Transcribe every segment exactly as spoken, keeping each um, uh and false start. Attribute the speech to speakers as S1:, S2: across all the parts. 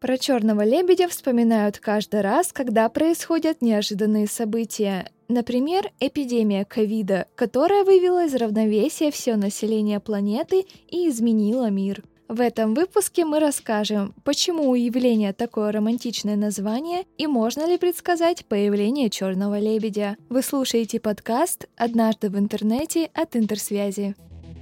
S1: Про черного лебедя вспоминают каждый раз, когда происходят неожиданные события. Например, эпидемия ковида, которая вывела из равновесия все население планеты и изменила мир. В этом выпуске мы расскажем, почему у явления такое романтичное название и можно ли предсказать появление черного лебедя. Вы слушаете подкаст «Однажды в интернете» от Интерсвязи.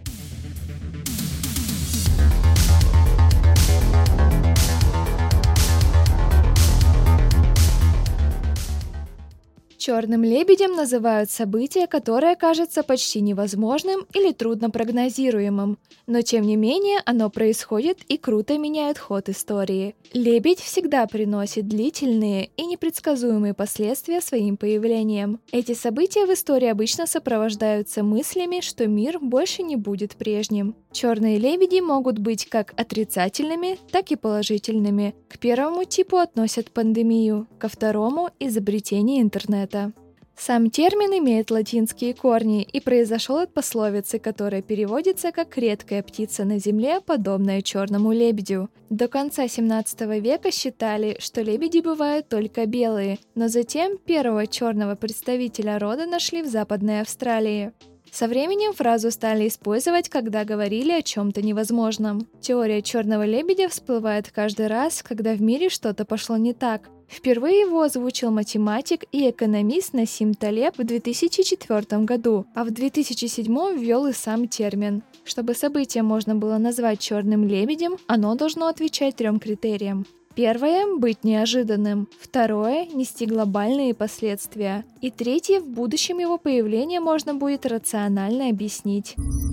S1: Черным лебедем называют событие, которое кажется почти невозможным или труднопрогнозируемым, но тем не менее оно происходит и круто меняет ход истории. Лебедь всегда приносит длительные и непредсказуемые последствия своим появлением. Эти события в истории обычно сопровождаются мыслями, что мир больше не будет прежним. Черные лебеди могут быть как отрицательными, так и положительными. К первому типу относят пандемию, ко второму – изобретение интернета. Сам термин имеет латинские корни и произошел от пословицы, которая переводится как «редкая птица на земле, подобная черному лебедю». До конца семнадцатого века считали, что лебеди бывают только белые, но затем первого черного представителя рода нашли в Западной Австралии. Со временем фразу стали использовать, когда говорили о чем-то невозможном. Теория черного лебедя всплывает каждый раз, когда в мире что-то пошло не так. Впервые его озвучил математик и экономист Насим Талеб в две тысячи четвёртом году, а в две тысячи седьмом ввел и сам термин. Чтобы событие можно было назвать черным лебедем, оно должно отвечать трем критериям. Первое – быть неожиданным. Второе – нести глобальные последствия. И третье – в будущем его появление можно будет рационально объяснить.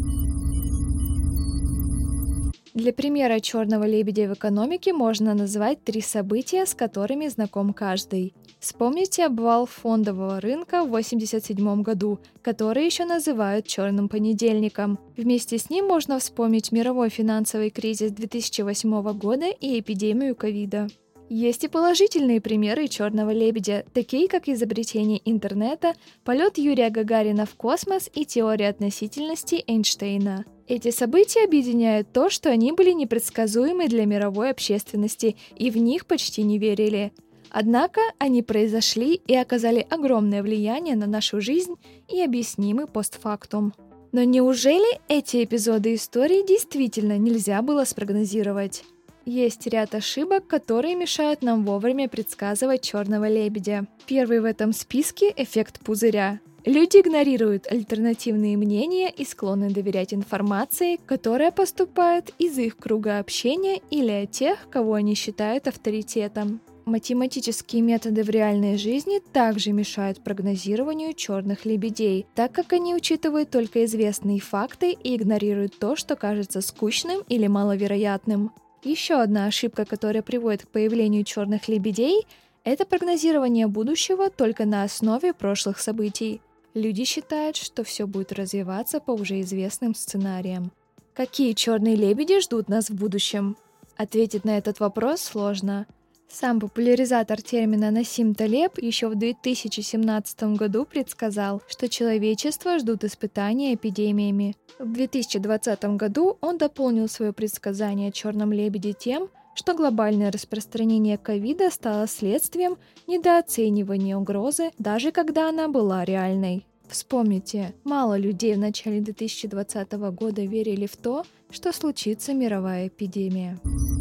S1: Для примера черного лебедя в экономике можно назвать три события, с которыми знаком каждый. Вспомните обвал фондового рынка в восемьдесят седьмом году, который еще называют «черным понедельником». Вместе с ним можно вспомнить мировой финансовый кризис две тысячи восьмого года и эпидемию ковида. Есть и положительные примеры черного лебедя, такие как изобретение интернета, полет Юрия Гагарина в космос и теория относительности Эйнштейна. Эти события объединяют то, что они были непредсказуемы для мировой общественности, и в них почти не верили. Однако они произошли и оказали огромное влияние на нашу жизнь и объяснимы постфактум. Но неужели эти эпизоды истории действительно нельзя было спрогнозировать? Есть ряд ошибок, которые мешают нам вовремя предсказывать черного лебедя. Первый в этом списке – эффект пузыря. Люди игнорируют альтернативные мнения и склонны доверять информации, которая поступает из их круга общения или от тех, кого они считают авторитетом. Математические методы в реальной жизни также мешают прогнозированию черных лебедей, так как они учитывают только известные факты и игнорируют то, что кажется скучным или маловероятным. Еще одна ошибка, которая приводит к появлению черных лебедей, это прогнозирование будущего только на основе прошлых событий. Люди считают, что все будет развиваться по уже известным сценариям. Какие черные лебеди ждут нас в будущем? Ответить на этот вопрос сложно. Сам популяризатор термина Насим Талеб еще в две тысячи семнадцатом году предсказал, что человечество ждут испытания эпидемиями. В две тысячи двадцатом году он дополнил свое предсказание о черном лебеде тем, что глобальное распространение ковида стало следствием недооценивания угрозы, даже когда она была реальной. Вспомните, мало людей в начале две тысячи двадцатого года верили в то, что случится мировая эпидемия.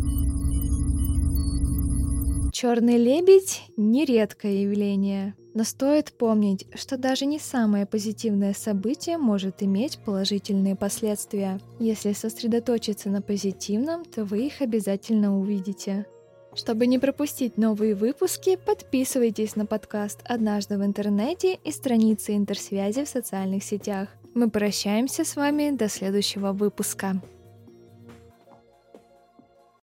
S1: Черный лебедь – нередкое явление, но стоит помнить, что даже не самое позитивное событие может иметь положительные последствия. Если сосредоточиться на позитивном, то вы их обязательно увидите. Чтобы не пропустить новые выпуски, подписывайтесь на подкаст «Однажды в интернете» и страницы Интерсвязи в социальных сетях. Мы прощаемся с вами до следующего выпуска.